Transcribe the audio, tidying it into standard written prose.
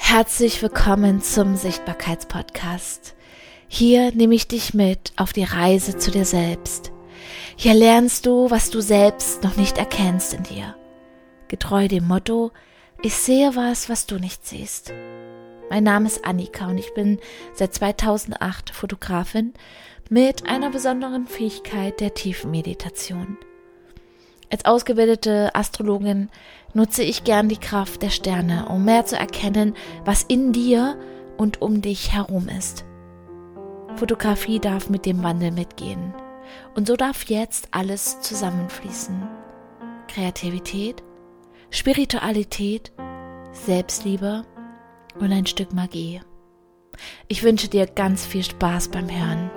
Herzlich willkommen zum Sichtbarkeitspodcast. Hier nehme ich dich mit auf die Reise zu dir selbst. Hier lernst du, was du selbst noch nicht erkennst in dir. Getreu dem Motto, ich sehe was du nicht siehst. Mein Name ist Annika und ich bin seit 2008 Fotografin mit einer besonderen Fähigkeit der Tiefenmeditation. Als ausgebildete Astrologin nutze ich gern die Kraft der Sterne, um mehr zu erkennen, was in dir und um dich herum ist. Fotografie darf mit dem Wandel mitgehen. Und so darf jetzt alles zusammenfließen. Kreativität, Spiritualität, Selbstliebe und ein Stück Magie. Ich wünsche dir ganz viel Spaß beim Hören.